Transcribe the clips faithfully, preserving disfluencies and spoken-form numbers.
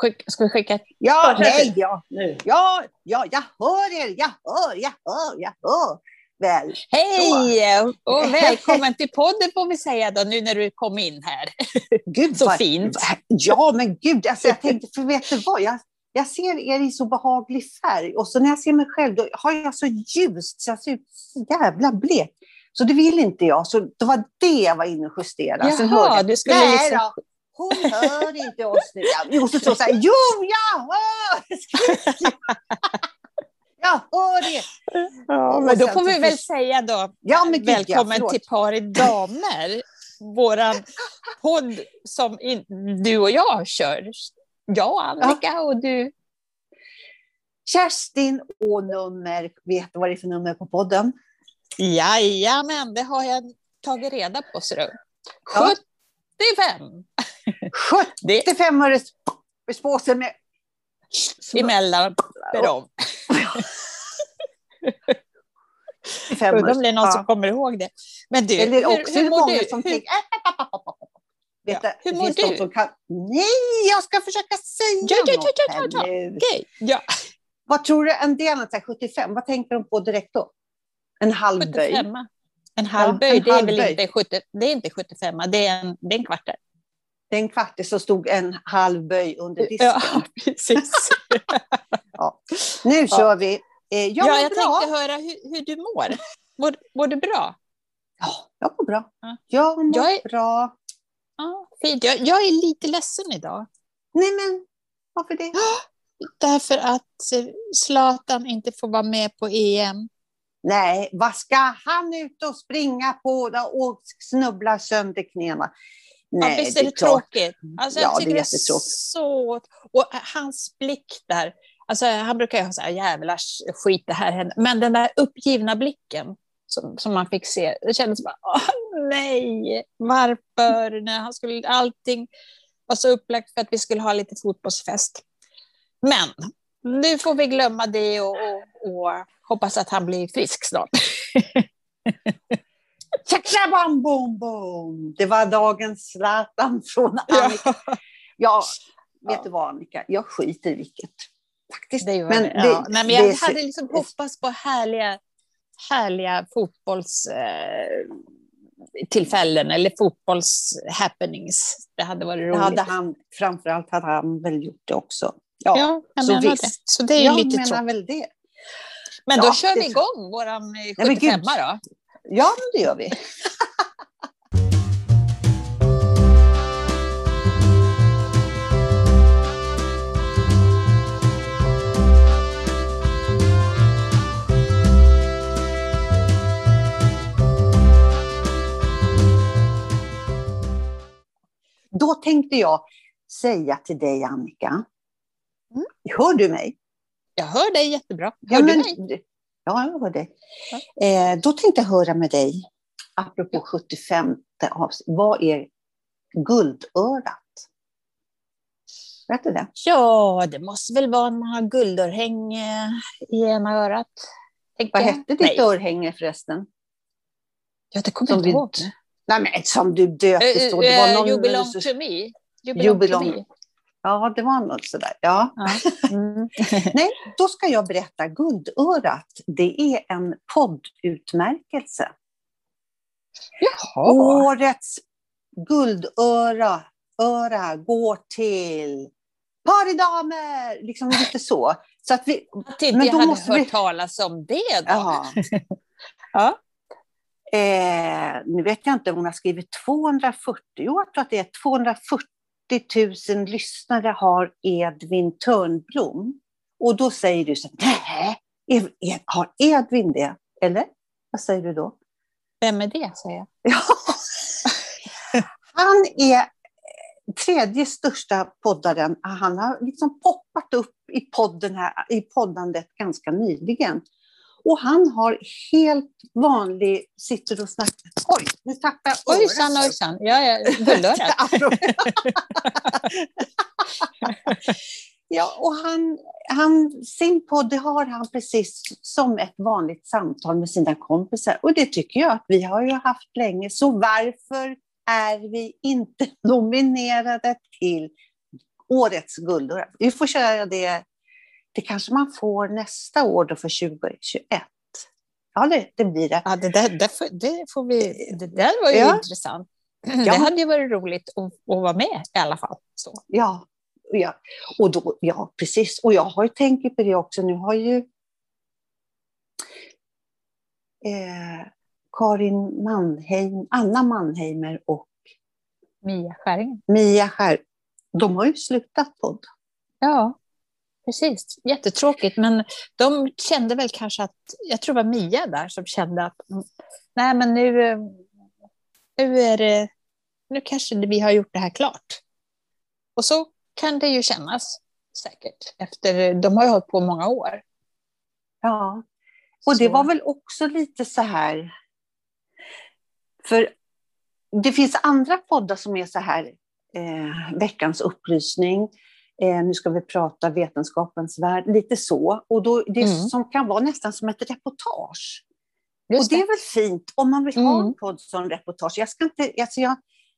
Skick, ska vi skicka? Ja, nej, ja, nu. Ja, ja, jag hör er, jag hör, jag hör, jag hör. Väl, hej och välkommen till podden får vi säga då, nu när du kom in här. Gud, så vad, fint. Ja, men gud, alltså, jag tänkte, för vet du vad, jag, jag ser er i så behaglig färg. Och så när jag ser mig själv, då har jag så ljust, så jag ser ut så jävla blek. Så det vill inte jag, så det var det jag var inne och justerade. Jaha, Sen hörde jag, du skulle nej liksom... då, hon hör inte oss nu. Jag måste så säga, jo, jag hör! Jag hör det. Ja, men då får vi väl säga då, ja, men gud, välkommen ja, till Par i damer. Våran podd som in, du och jag kör. Jag, Annika ja. Och du. Kerstin och nummer, vet du vad det är för nummer på podden? Jajamän, det har jag tagit reda på. Så sjuttiofem. sjuttiofem öres bespåsen med... Emellan dem. Undrar om det är någon ja. som kommer ihåg det. Men du, eller också hur, hur mår du? Som hur... tänker, äh, vet ja. Hur mår du? Som kan... Nej, jag ska försöka säga ja, ja, något ja, ja, ja, ja. Okay. Ja. Vad tror du en del av sjuttiofem? Vad tänker de på direkt då? En halv böj. En halv böj, ja, det är väl inte, sjuttio, det är inte sjuttiofem, det är en, det är en kvarter. Det är en kvarter så stod en halv böj under disken. Ja, precis. ja. Nu ja. kör vi. Eh, jag ja, jag bra. tänkte höra hur, hur du mår. Mår, mår du bra? Ja, jag mår bra. Ja. Jag mår jag är, bra. Ja, fint. Jag, jag är lite ledsen idag. Nej, men varför det? Därför att Zlatan inte får vara med på E M. Nej, vad ska han ut och springa på och snubbla sönder knäna? Nej, ja, visst är det, det tråkigt. Alltså, jag ja, tycker det är jättetråkigt. Så... Och hans blick där, alltså, han brukar ju ha så här, jävla skit det här händer. Men den där uppgivna blicken som, som man fick se, det kändes bara, åh nej, varför? När han skulle, allting var så upplagt för att vi skulle ha lite fotbollsfest. Men nu får vi glömma det och, och, och hoppas att han blir frisk snart. Tjackla bam bom bom. Det var dagens Zlatan från Annika. Ja, ja vet ja. du vad Annika? Jag skiter i vilket. Faktiskt. Det men, det. Ja. Nej, men jag det, hade liksom det, hoppats på härliga, härliga fotbollstillfällen eh, eller fotbollshappenings. Det hade varit roligt. Det hade han, framförallt hade han väl gjort det också. Ja, ja jag så menar visst. det. Så det är jag lite menar väl det. Men ja, då kör det... vi igång våran sjuttiofem då. Ja, det gör vi. Då tänkte jag säga till dig, Annika. Mm. Hör du mig? Jag hör dig jättebra. Hör ja, du men, mig? Ja, jag hör dig. Ja. Eh, då tänkte jag höra med dig, apropå ja. sjuttiofem avsnitt. Vad är guldörat? Vet du det? Ja, det måste väl vara när man har guldörhänge i ena örat. Vad hette ditt Nej. örhänge förresten? Ja, det kommer jag inte ihåg. Nej, men som du döpte så. Det var någon... You belong to me. You belong, belong. to me. Ja, det var något sådär. Ja. ja. Mm. Nej, då ska jag berätta. Guldörat, det är en poddutmärkelse. Jaha. Årets guldöra öra går till Par i damer. Liksom lite så. Så att vi... Jag men då hade måste hört vi... talas om det då. Ja. ja. Eh, nu vet jag inte om hon har skrivit tvåhundrafyrtio år. Jag tror att det är tvåhundrafyrtio tusen lyssnare har Edvin Törnblom. Och då säger du så nej, har Edvin det? Eller? Vad säger du då? Vem är det, säger jag? Ja. Han är tredje största poddaren. Han har liksom poppat upp i podden här, i poddandet ganska nyligen. Och han har helt vanlig, sitter och snackar. Oj, nu tappar jag örat. Ojsan, ojsan. Ja, ja, guldörat. Ja, och han, han, sin podd, det har han precis som ett vanligt samtal med sina kompisar. Och det tycker jag att vi har ju haft länge. Så varför är vi inte nominerade till årets guldår. Vi får köra det. Det kanske man får nästa år då för tjugohundratjugoett. Ja, det, det blir det. Ja, det, där, det, får, det får vi... Det där var ju ja. intressant. Det ja. hade ju varit roligt att, att vara med i alla fall. Så. Ja, ja. Och då, ja, precis. Och jag har ju tänkt på det också. Nu har ju eh, Karin Mannheim, Anna Mannheimer och Mia Skäringen. Mia Skär, de har ju slutat podd. Ja, precis. Jättetråkigt. Men de kände väl kanske att, jag tror det var Mia där som kände att nej men nu, nu är det, nu kanske vi har gjort det här klart. Och så kan det ju kännas säkert. Efter, de har ju hållit på många år. Ja, och det så. var väl också lite så här, för det finns andra poddar som är så här, eh, veckans upplysning, eh, nu ska vi prata vetenskapens värld, lite så. Och då, det mm. som kan vara nästan som ett reportage. Just och det, det är väl fint om man vill ha mm. en podd som reportage. Jag ska inte, alltså jag...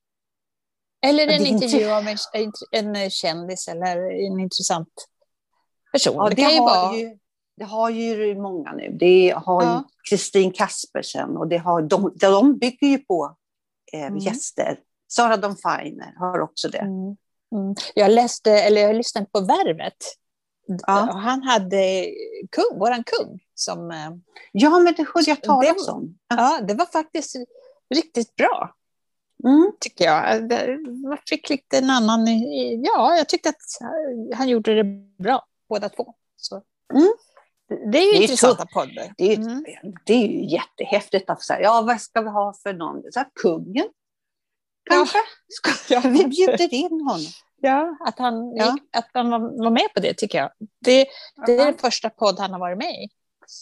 Eller en intervju av en, en kändis eller en intressant person. Ja, det, det kan ju vara... Ju, det har ju många nu. Det har Kristin ja. Kaspersen och det har, de, de bygger ju på eh, mm. gäster. Sara Dawn Finer har också det. Mm. Mm. Jag läste, eller jag lyssnade på Värvet. Ja. Och han hade kung, våran kung. Som, ja, men det hörde jag talas om. Ja. ja, det var faktiskt riktigt bra. Mm. Tycker jag. Man fick lite en annan... Ja, jag tyckte att han gjorde det bra, båda två. Så. Mm. Det är ju det intressanta är poddar. Det är, mm. det är ju jättehäftigt att säga, ja, vad ska vi ha för någon? Så här, kungen? Kanske? Ja. Ska, ja, vi bjuder in honom. Ja, att han, ja. Gick, att han var med på det tycker jag. Det, det är den första podd han har varit med i.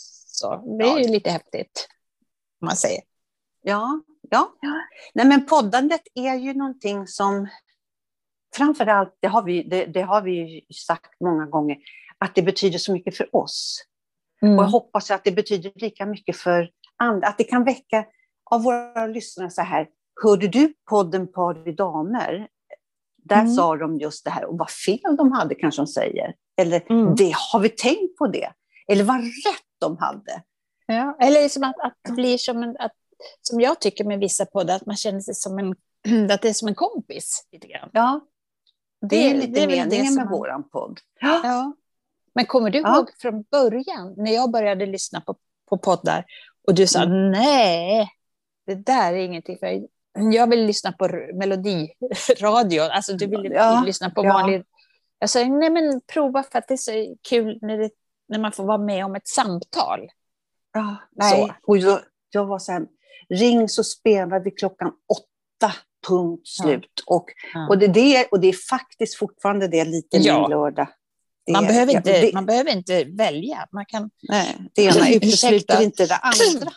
Så det är ja. ju lite häftigt, om man säger. Ja, ja. ja. Nej, men poddandet är ju någonting som, framförallt, det har vi, det, det har vi sagt många gånger, att det betyder så mycket för oss. Mm. Och jag hoppas att det betyder lika mycket för andra. Att det kan väcka av våra lyssnare så här, hörde du podden Par i damer? Där mm. sa de just det här. Och vad fel de hade kanske de säger. Eller mm. det har vi tänkt på det. Eller vad rätt de hade. Ja, eller som att, att det blir som en... Att, som jag tycker med vissa poddar, att man känner sig som en... Att det är som en kompis. Lite grann. Ja, det, det är lite det är meningen med man, våran podd. Ja. ja. Men kommer du ja. ihåg från början, när jag började lyssna på, på poddar, och du sa, mm. nej, det där är ingenting för mig. Jag vill lyssna på melodiradio, alltså du vill ja. lyssna på ja. vanlig... Jag sa, nej men prova, för att det är så kul när, det, när man får vara med om ett samtal. Ja, nej, så. Och jag, jag var så här, ring så spelar vi klockan åtta, punkt slut. Ja. Och, ja. och, det, det, och det är faktiskt fortfarande det lite ja. min lördag. Det, man, behöver inte, det, man behöver inte välja. Man kan... Nej, det ena utesluter inte det andra.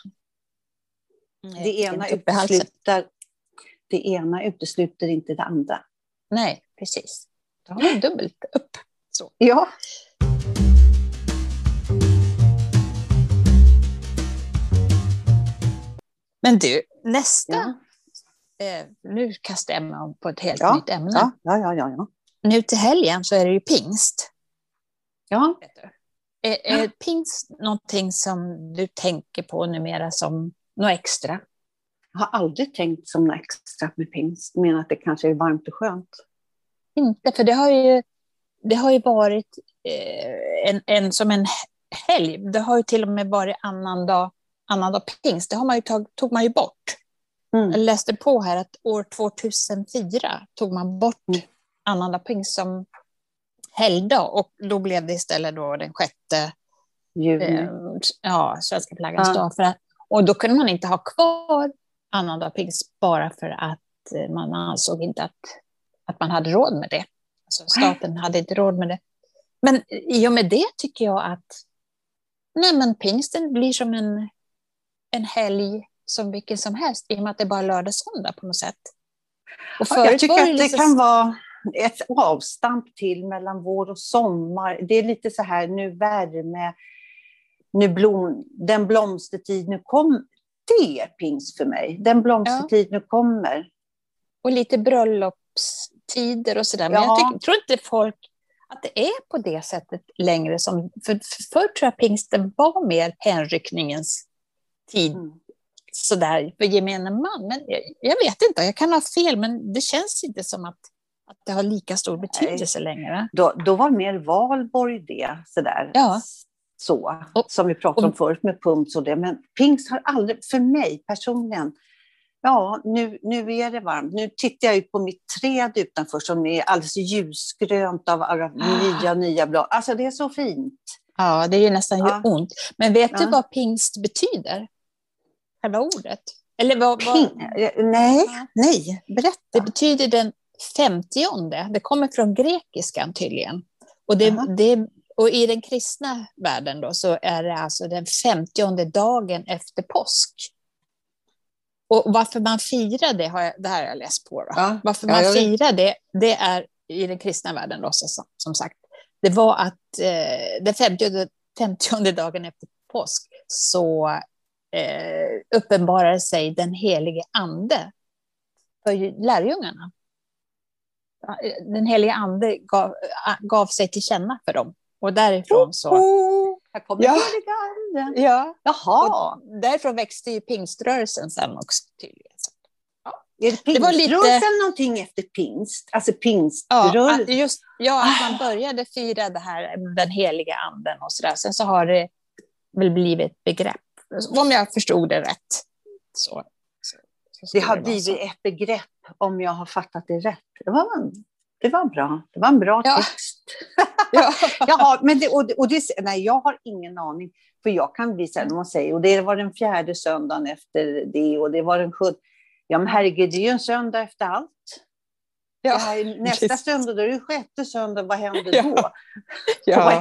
Nej, det, ena utesluter, det ena utesluter inte det andra. Nej, precis. Då har man dubbelt upp. Så. Ja. Men du, nästa... Ja. Eh, nu kastar jag mig om på ett helt ja. nytt ämne. Ja, ja, ja, ja, ja. Nu till helgen så är det ju pingst. Ja. Är, är ja. pingst någonting som du tänker på numera som något extra? Jag har aldrig tänkt som något extra med pingst. Men att det kanske är varmt och skönt. Inte, för det har ju, det har ju varit eh, en, en, som en helg. Det har ju till och med varit annan dag, annan dag pingst. Det har man ju tag, tog man ju bort. Mm. Jag läste på här att år tvåtusenfyra tog man bort mm. annandag pingst som helgdag, och då blev det istället då den sjätte juni. Eh, ja, svenska flaggans ja. dag. För att, och då kunde man inte ha kvar annandag pingst bara för att eh, man ansåg inte att, att man hade råd med det. Alltså staten hade inte råd med det. Men i och med det tycker jag att nej, men pingsten blir som en, en helg som vilken som helst, i och med att det är bara lördag och söndag på något sätt. Och ja, jag tycker det att det liksom... kan vara ett avstamp till mellan vår och sommar. Det är lite så här, nu värme, nu blom, den blomstertid nu kom. Det är pingst för mig. Den blomstertid ja. nu kommer. Och lite bröllops, högtider och sådär. Men Ja. jag tycker, tror inte folk att det är på det sättet längre. Som, för, för förr tror jag pingsten var mer hänryckningens tid. Mm. Sådär för gemene man. Men jag, jag vet inte, jag kan ha fel, men det känns inte som att, att det har lika stor betydelse. Nej. Längre. Då, då var mer valborg det, sådär. Ja. Så, och, som vi pratade och, om förut med pumps och det. Men pingst har aldrig, för mig personligen, ja, nu, nu är det varmt. Nu tittar jag ju på mitt träd utanför som är alldeles ljusgrönt av alla nya, nya blad. Alltså det är så fint. Ja, det är ju nästan ja. ju ont. Men vet ja. du vad pingst betyder? Själva ordet? Eller vad, vad... Ping... Nej, ja. nej, berätta. Det betyder den femtionde. Det kommer från grekiskan tydligen. Och, det, uh-huh. det, och i den kristna världen då, så är det alltså den femtionde dagen efter påsk. Och varför man firar det, har jag, det här har jag läst på. Då. Ja. Varför man ja, firar det, det är i den kristna världen då, som, som sagt. Det var att eh, den femtionde, femtionde dagen efter påsk så eh, uppenbarade sig den helige ande för lärjungarna. Den helige ande gav, gav sig till känna för dem. Och därifrån så... Oh, här kommer ja. heliga anden. Ja. Jaha. Och därifrån växte ju pingströrelsen sen också tydligen. Ja. Är det pingströrelsen det lite... någonting efter pingst? Alltså pingströrelsen? Ja, just, ja, att man började fira det här, den heliga anden och sådär. Sen så har det väl blivit ett begrepp. Om jag förstod det rätt. Så, så, så det har det blivit ett begrepp om jag har fattat det rätt. Det var, det var bra. Det var en bra ja. text. ja. Jaha, men det, och, och det, nej, jag har ingen aning. För jag kan bli så här, man säger, och det var den fjärde söndagen efter det, och det var den sjunde. Ja, men herregud, det är ju en söndag efter allt. Ja, här, nästa just. söndag, då är det sjätte söndag, vad händer ja. då? Ja.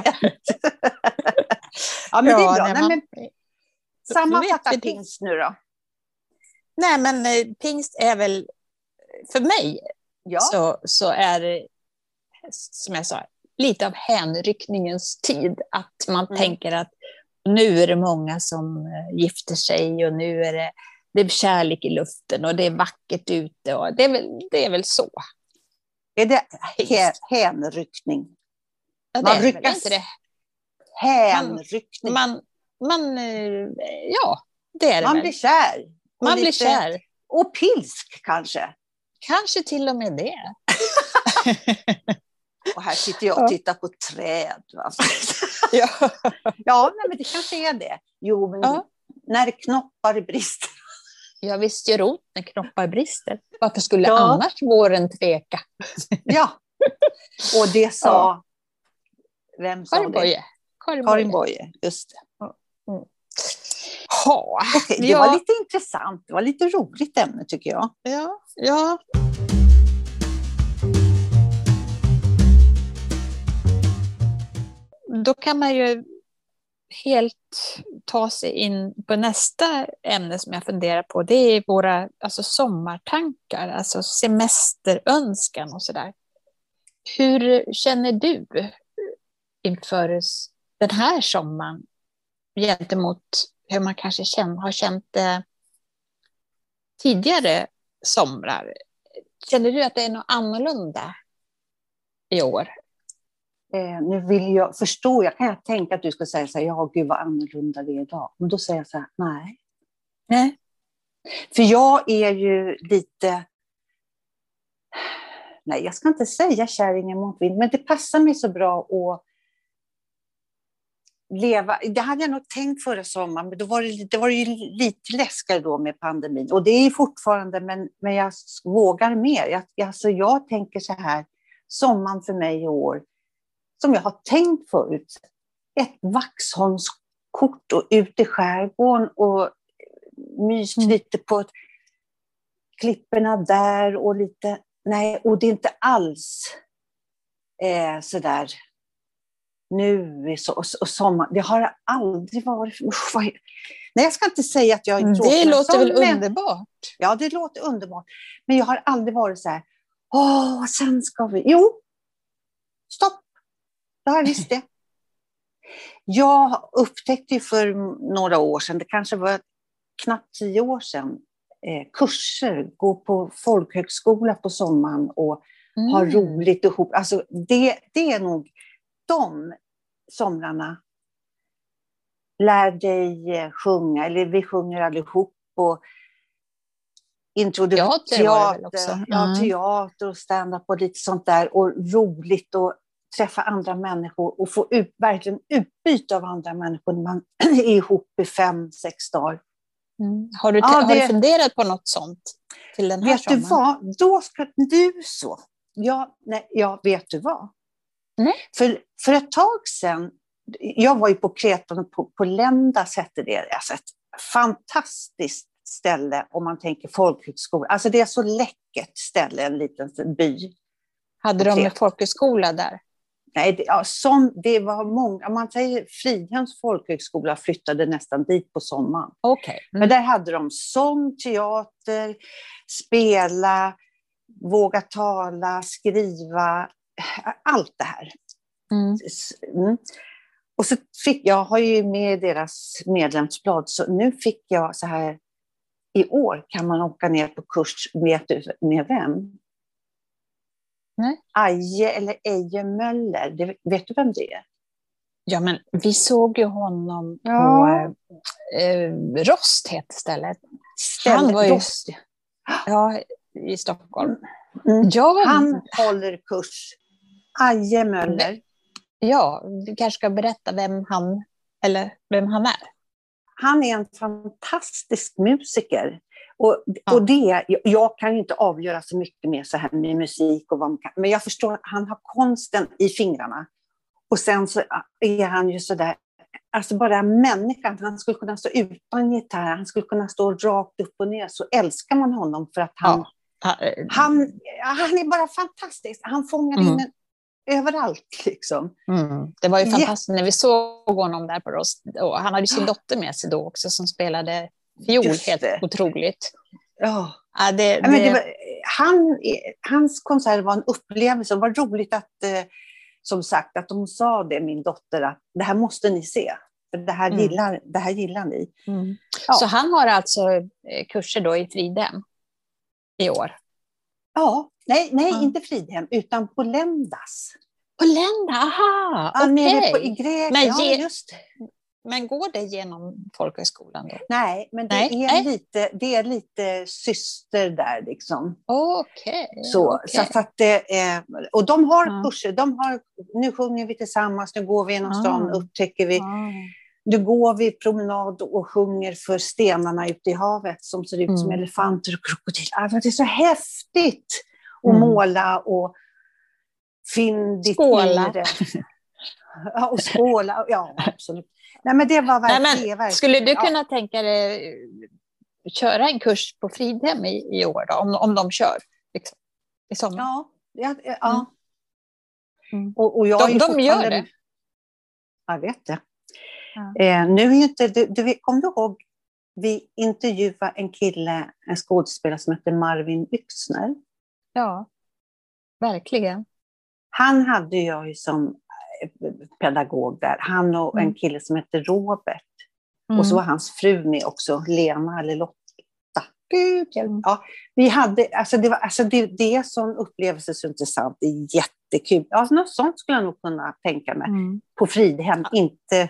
ja, men ja, det är bra. Nej, nej, man... men, sammanfatta pingst nu då. Nej, men eh, pingst är väl, för mig, ja. så, så är det, som jag sa, lite av hänryckningens tid. Att man mm. tänker att nu är det många som gifter sig och nu är det, det är kärlek i luften och det är vackert ute. Och det, är väl, det är väl så. Är det hä, hänryckning? Ja, man det ryckas inte det. Hänryckning. Man, man, man, ja, det är det Man väl. blir kär. Man lite, blir kär. Och pilsk kanske. Kanske till och med det. Och här sitter jag och tittar på träd. Alltså. ja, ja nej, men det kanske är det. Jo, men ja. när knoppar brister. Ja, visst gör ont när knoppar brister. Varför skulle ja. annars våren tveka? ja, och det sa... Ja. Vem sa Karin det? Boye. Karin, Karin Boye, just det. Mm. Ha. Okay, det ja. var lite intressant. Det var lite roligt ämne tycker jag. Ja, ja. Då kan man ju helt ta sig in på nästa ämne som jag funderar på. Det är våra alltså sommartankar, alltså semesterönskan och sådär. Hur känner du inför den här sommaren gentemot hur man kanske känner, har känt det tidigare somrar? Känner du att det är något annorlunda i år? Eh, nu vill jag förstå, jag kan tänka att du ska säga så här, ja gud vad annorlunda det är idag. Men då säger jag så här, nej. Nej. För jag är ju lite, nej jag ska inte säga kärringen mot vind, men det passar mig så bra att leva. Det hade jag nog tänkt förra sommaren, men då var det, det var ju lite läskare då med pandemin. Och det är fortfarande, men, men jag vågar mer. Jag, alltså jag tänker så här, sommaren för mig i år, som jag har tänkt förut. Ett Vaxholmskort och ut i skärgården och mys mm. lite på klipporna där och lite, nej, och det är inte alls eh, sådär nu är så, och, och sommar, det har aldrig varit, usch, vad, nej jag ska inte säga att jag är tråkig. Det låter som, väl men, underbart? Ja, det låter underbart, men jag har aldrig varit så här, åh, sen ska vi, jo, stopp. Det har jag visst det. Jag upptäckte ju för några år sedan, det kanske var knappt tio år sedan, eh, kurser, gå på folkhögskola på sommaren och mm. ha roligt ihop. Alltså det, det är nog de somrarna. Lär dig sjunga, eller vi sjunger allihop och introducerar teater, teater, också. Mm. Ja, teater och stand-up och lite sånt där. Och roligt och träffa andra människor och få ut, verkligen utbyte av andra människor när man är ihop i fem, sex dagar. Mm. Har, du ja, det... har du funderat på något sånt till den här vet sommaren? Du vad? Då ska du så. Ja, nej, ja vet du vad? Nej. För, för ett tag sedan, jag var ju på Kreta, på, på Ländas hette det. Alltså ett fantastiskt ställe om man tänker folkhögskola. Alltså det är så läckert ställe, en liten by. Hade de en folkhögskola där? Nej, det, ja, som, det var många, man säger Fridhems folkhögskola flyttade nästan dit på sommaren. Okay. Mm. Men där hade de sång, teater, spela, våga tala, skriva, allt det här. Mm. Mm. Och så fick jag, har ju med deras medlemsblad, så nu fick jag så här, i år kan man åka ner på kurs, vet du med vem? Nej. Aje eller Eje Möller, det, vet du vem det är? Ja, men vi såg ju honom ja. på eh, Rost heter stället. Stället Han var ju, Rost. Ja, i Stockholm. Mm. Ja, han håller kurs. Aje Möller. Ja, du kanske ska berätta vem han, eller vem han är. Han är en fantastisk musiker. Och, ja. och det, jag kan ju inte avgöra så mycket mer så här med musik och vad man kan, men jag förstår att han har konsten i fingrarna. Och sen så är han ju så där, alltså bara människan, han skulle kunna stå utan gitarr, han skulle kunna stå rakt upp och ner, så älskar man honom för att han, ja. han, han är bara fantastisk. Han fångar mm. in en överallt liksom. Mm. Det var ju fantastiskt yeah. när vi såg honom där på Rost. Och han hade sin dotter med sig då också som spelade fiol, helt otroligt. Ja. Ja, det, det... Men det det... var, han, hans konsert var en upplevelse. Det var roligt att, eh, som sagt, att de sa det, min dotter, att det här måste ni se. För det här, mm. gillar, det här gillar ni. Mm. Ja. Så han har alltså kurser då i Fridhem i år? Ja, nej, nej ja. inte Fridhem, utan på Ländas. På Lända, aha, ja, okej. Okay. I Grekland, men, ja, ge... just. men går det genom folkhögskolan då? Nej, men det, nej. Är, nej. Lite, det är lite syster där liksom. Okej. Okay. Så, okay. så att det är, och de har ja. kurser, de har, nu sjunger vi tillsammans, nu går vi genom stan, ah. upptäcker vi. Ah. Nu går vi promenad och sjunger för stenarna ute i havet som ser ut mm. som elefanter och krokodiler. Alltså, det är så häftigt att mm. måla och finn ditt skåla. inre. Ja, och skåla. Ja, absolut. Nej, men det var verkligen, Nej, men, verkligen skulle du kunna ja. tänka dig köra en kurs på Fridhem i, i år då, om, om de kör liksom, i sommar? Ja, ja, ja. Mm. Och, och jag de, de gör det? Jag vet det. Ja. Eh, nu är ju inte, du, du, kom du ihåg, vi intervjuade en kille, en skådespelare som heter Marvin Yxner. Ja, verkligen. Han hade jag ju som pedagog där. Han och mm. en kille som heter Robert. Mm. Och så var hans fru med också, Lena eller Lotta. Gud, mm. ja, vi hade, alltså det, var, alltså det, det är sån upplevelse så intressant. Det är jättekul. Ja, något sånt skulle jag nog kunna tänka mig. Mm. På Fridhem, ja. inte...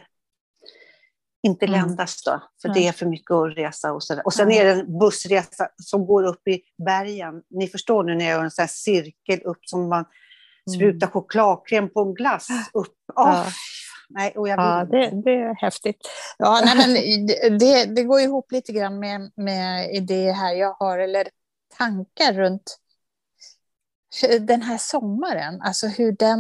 Inte mm. Ländas då, för mm. det är för mycket att resa och sådär. Och sen mm. är det en bussresa som går upp i bergen. Ni förstår nu när jag gör en sån här cirkel upp som man sprutar mm. chokladkräm på en glass upp. Oh, ja. Nej, och jag ja, det, det är häftigt. Ja, nej, men det, det går ihop lite grann med, med idéer här jag har, eller tankar runt den här sommaren. Alltså hur den...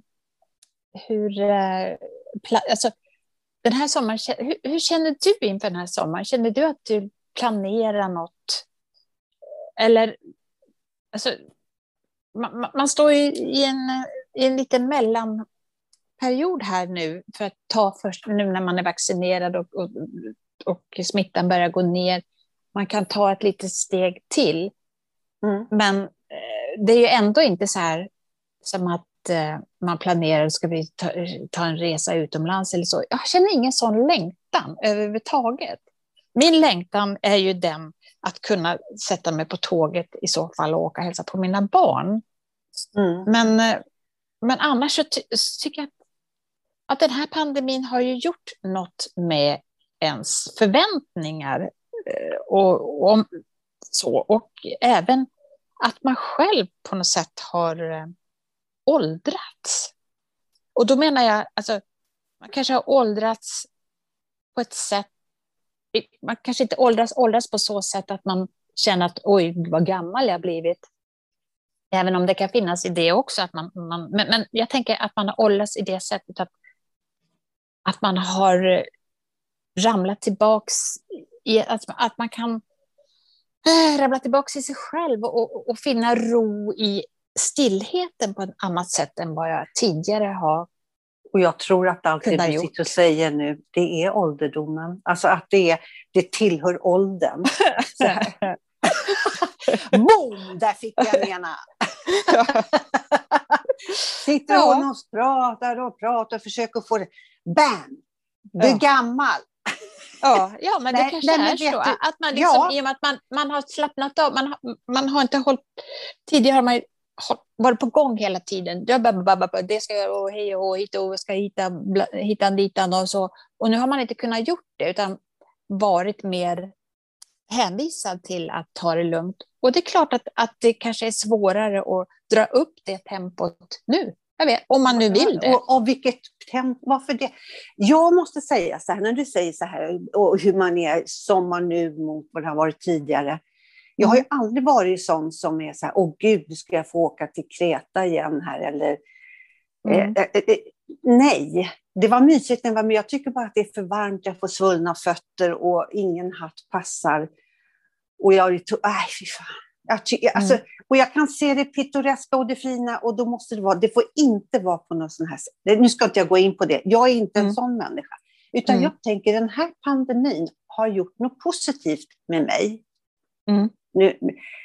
Hur... Alltså, den här sommaren, hur, hur känner du inför den här sommaren? Känner du att du planerar något? Eller, alltså, man, man står ju i en, i en liten mellanperiod här nu för att ta först, nu när man är vaccinerad och, och, och smittan börjar gå ner. Man kan ta ett litet steg till. Mm. Men eh, det är ju ändå inte så här som att man planerar, ska vi ta, ta en resa utomlands eller så. Jag känner ingen sån längtan överhuvudtaget. Min längtan är ju den att kunna sätta mig på tåget i så fall och åka och hälsa på mina barn. Mm. Men, men annars så ty- tycker jag att, att den här pandemin har ju gjort något med ens förväntningar och, och, så, och även att man själv på något sätt har åldrats. Och då menar jag, alltså, man kanske har åldrats på ett sätt, man kanske inte åldras, åldras på så sätt att man känner att oj, vad gammal jag blivit. Även om det kan finnas i det också. Att man, man, men, men jag tänker att man har åldrats i det sättet att, att man har ramlat tillbaks i, att, att man kan äh, ramla tillbaks i sig själv och, och, och finna ro i stillheten på ett annat sätt än vad jag tidigare har. Och jag tror att allt det du gjort. sitter och säger nu, det är ålderdomen. Alltså att det, är, det tillhör åldern. Boom! Där fick jag den ena. Sitter ja. hon och pratar och pratar och försöker få det. Bam! Du är ja. gammal. Ja, ja, men det nej, kanske nej, är så. Du, att man liksom, ja. I och med att man, man har slappnat av. Man, man har inte hållit... Tidigare har man ju varit på gång hela tiden. Jag bara, bara, bara, det ska jag och hej och hit och ska hitta, hitta ditan och så. Och nu har man inte kunnat gjort det utan varit mer hänvisad till att ta det lugnt. Och det är klart att, att det kanske är svårare att dra upp det tempot nu. Jag vet, om man nu vill det. Och, och vilket tempo, varför det? Jag måste säga så här, när du säger så här och hur man är som man nu mot vad det har varit tidigare. Jag har ju aldrig varit sån som är så här, åh gud, ska jag få åka till Kreta igen här eller mm. eh, eh, eh, nej, det var mysigt när jag var med. Jag tycker bara att det är för varmt, jag får svullna fötter och ingen hatt passar. Och jag är to- aj, fy fan. Jag ty- alltså, mm. Och jag kan se det pittoreska och det fina och då måste det vara, det får inte vara på något sån här sätt. Nu ska inte jag gå in på det, jag är inte mm. en sån människa. Utan mm. jag tänker den här pandemin har gjort något positivt med mig. Mm. Nu,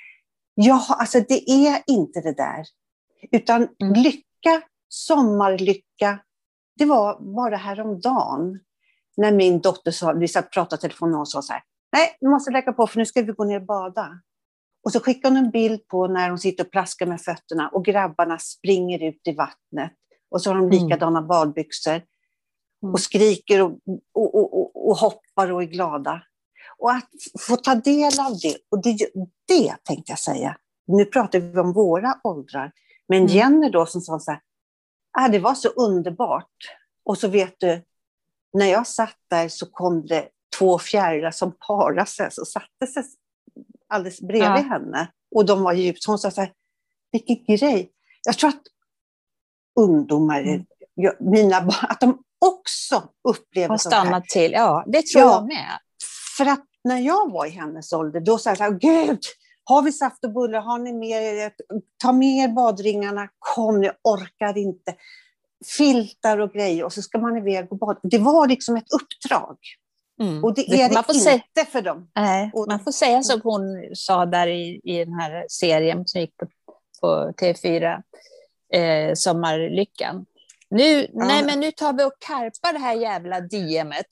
ja, alltså det är inte det där. Utan mm. lycka, sommarlycka, det var bara häromdagen när min dotter sa, vi satt och pratade telefon och sa så här, nej, du måste lägga på för nu ska vi gå ner och bada. Och så skickar hon en bild på när hon sitter och plaskar med fötterna och grabbarna springer ut i vattnet. Och så har de likadana mm. badbyxor mm. och skriker och, och, och, och, och hoppar och är glada. Och att få ta del av det, och det, det tänkte jag säga. Nu pratar vi om våra åldrar. Men mm. Jenny då som sa så här, ah, det var så underbart. Och så vet du, när jag satt där så kom det två fjärilar som parade sig och satte sig alldeles bredvid ja. henne. Och de var djupt. Hon sa så här, vilken grej. Jag tror att ungdomar, mm. jag, mina barn, att de också upplever har stannat till. Ja, det tror ja, jag med. För att när jag var i hennes ålder, då sa jag så här, gud, har vi saft och bullar, har ni mer, ta med er badringarna, kom, ni orkar inte. Filtar och grejer, och så ska man iväg och bada. Det var liksom ett uppdrag. Mm. Och det är det, det inte säga, för dem. Nej, och, man får säga som hon sa där i, i den här serien som gick på, på T V fyra, eh, Sommarlyckan. Nu, ja. nej, men nu tar vi och karpar det här jävla D M:et.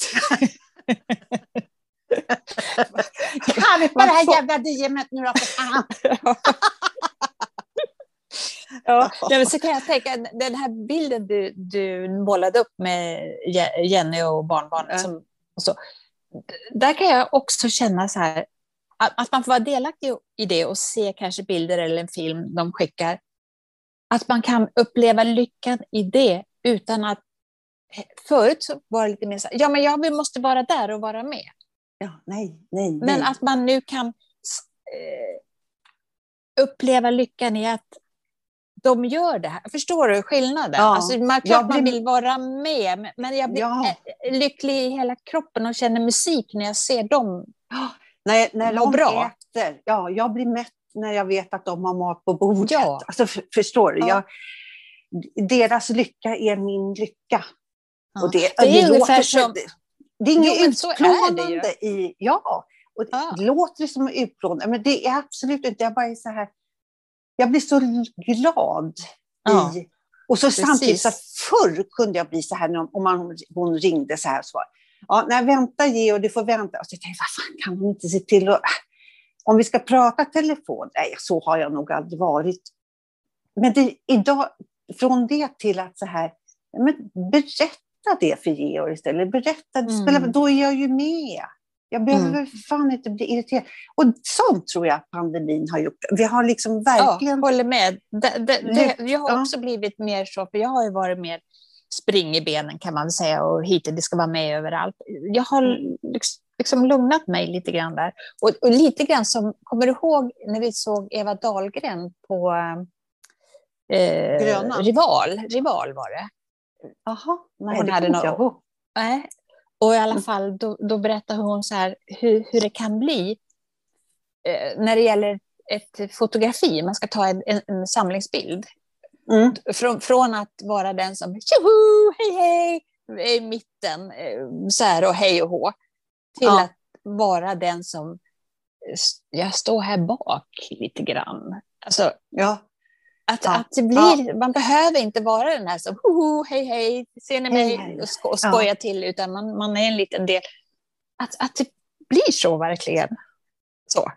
Karpa det här jävla D M:et nu då, för fan. Ja, men så kan jag tänka, den här bilden du, du målade upp med Jenny och barnbarnen, ja. som, och så, där kan jag också känna så här, att, att man får vara delaktig i det och se kanske bilder eller en film de skickar. Att man kan uppleva lyckan i det utan att, förut så var det lite mer så här, ja men jag vi måste vara där och vara med. Ja, nej, nej, nej. Men att man nu kan eh, uppleva lyckan i att de gör det här. Förstår du skillnaden? Ja, alltså, man, klart blir... man vill vara med, men jag blir ja. lycklig i hela kroppen och känner musik när jag ser dem. Ja, när när de bra. äter. Ja, jag blir mätt när jag vet att de har mat på bordet. Ja. Alltså, för, förstår du? Ja. Jag, deras lycka är min lycka. Ja. Och det, det är det ungefär som... Det, det är inget utplånande i... Ja, och ja. det låter som utplånande. Men det är absolut inte. Jag bara är så här... Jag blir så glad ja, i... Och så precis. Samtidigt, så förr kunde jag bli så här, om man, hon ringde så här, så var, ja, nej, vänta Geo, du får vänta. Och så tänkte jag, vad fan kan hon inte se till att... Om vi ska prata telefon, nej, så har jag nog aldrig varit. men det, idag, från det till att så här, men berätta det för Georg istället. Berätta, mm. spela, då är jag ju med. Jag behöver mm. fan inte bli irriterad. Och sånt tror jag pandemin har gjort. Vi har liksom verkligen... Ja, håller med. Det, det, det, jag har också ja. blivit mer så, för jag har ju varit mer spring i benen kan man säga, och hit det ska vara med överallt. Jag har liksom, liksom lugnat mig lite grann där. Och, och lite grann som, kommer du ihåg när vi såg Eva Dahlgren på eh, Rival? Rival var det. Jaha, nej hon det hade kommer jag ihåg. Nej. Och i alla fall, då, då berättar hon så här hur, hur det kan bli eh, när det gäller ett fotografi. Man ska ta en, en, en samlingsbild. Mm. Från, från att vara den som tjoho, hej hej, i mitten, eh, så här och hej och hå. Till ja. att vara den som, jag står här bak lite grann. Alltså, ja. Att, ja. att det blir, ja. man behöver inte vara den här som hoho, hej hej, ser ni mig hej, hej. och, sko- och skoja ja. till, utan man, man är en liten del. Att, att det blir så verkligen. Så.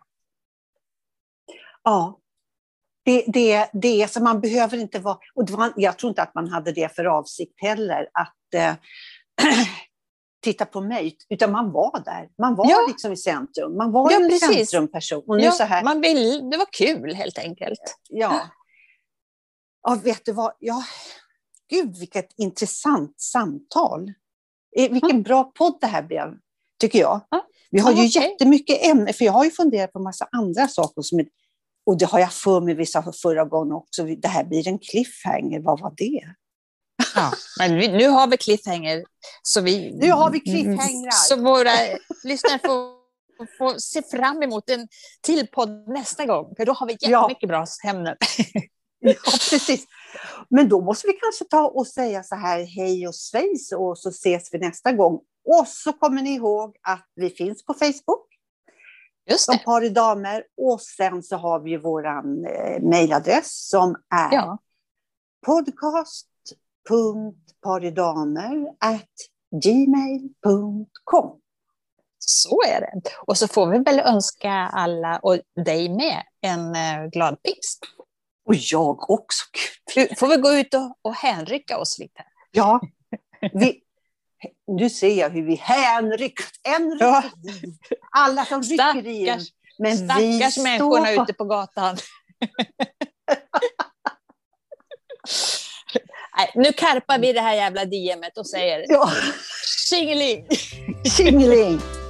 Ja. Det, det, det är så man behöver inte vara, och det var, jag tror inte att man hade det för avsikt heller, att eh, titta på mig, utan man var där. Man var ja. liksom i centrum. Man var ja, en centrumperson. Och nu ja, så här, man vill, det var kul helt enkelt. Ja. Ja, vet du vad? Ja, gud, vilket intressant samtal. Vilken mm. bra podd det här blev, tycker jag. Mm. Vi har ju okay. jättemycket ämnen, för jag har ju funderat på en massa andra saker. Som är, och det har jag för mig vissa förra gången också. Det här blir en cliffhanger, vad var det? Ja, men vi, nu har vi cliffhanger. Så vi, nu har vi cliffhangrar. Så våra lyssnare får, får se fram emot en till podd nästa gång. För då har vi jättemycket ja. bra ämnen. Ja, precis. Men då måste vi kanske ta och säga så här hej och svejs, och så ses vi nästa gång. Och så kommer ni ihåg att vi finns på Facebook. Just det. Som Par i damer. Och sen så har vi våran eh, mejladress som är ja. podcast punkt paridamer at gmail punkt com. Så är det. Och så får vi väl önska alla och dig med en eh, glad pingst. Och jag också. Gud. Får vi gå ut och, och hänrycka oss lite? Ja, vi, nu ser jag hur vi hänrycker. Ja. Alla som stackars, rycker in. Men stackars vi människorna står... ute på gatan. Nej, nu karpar vi det här jävla D M:et och säger ja. tjingeling. Tjingeling.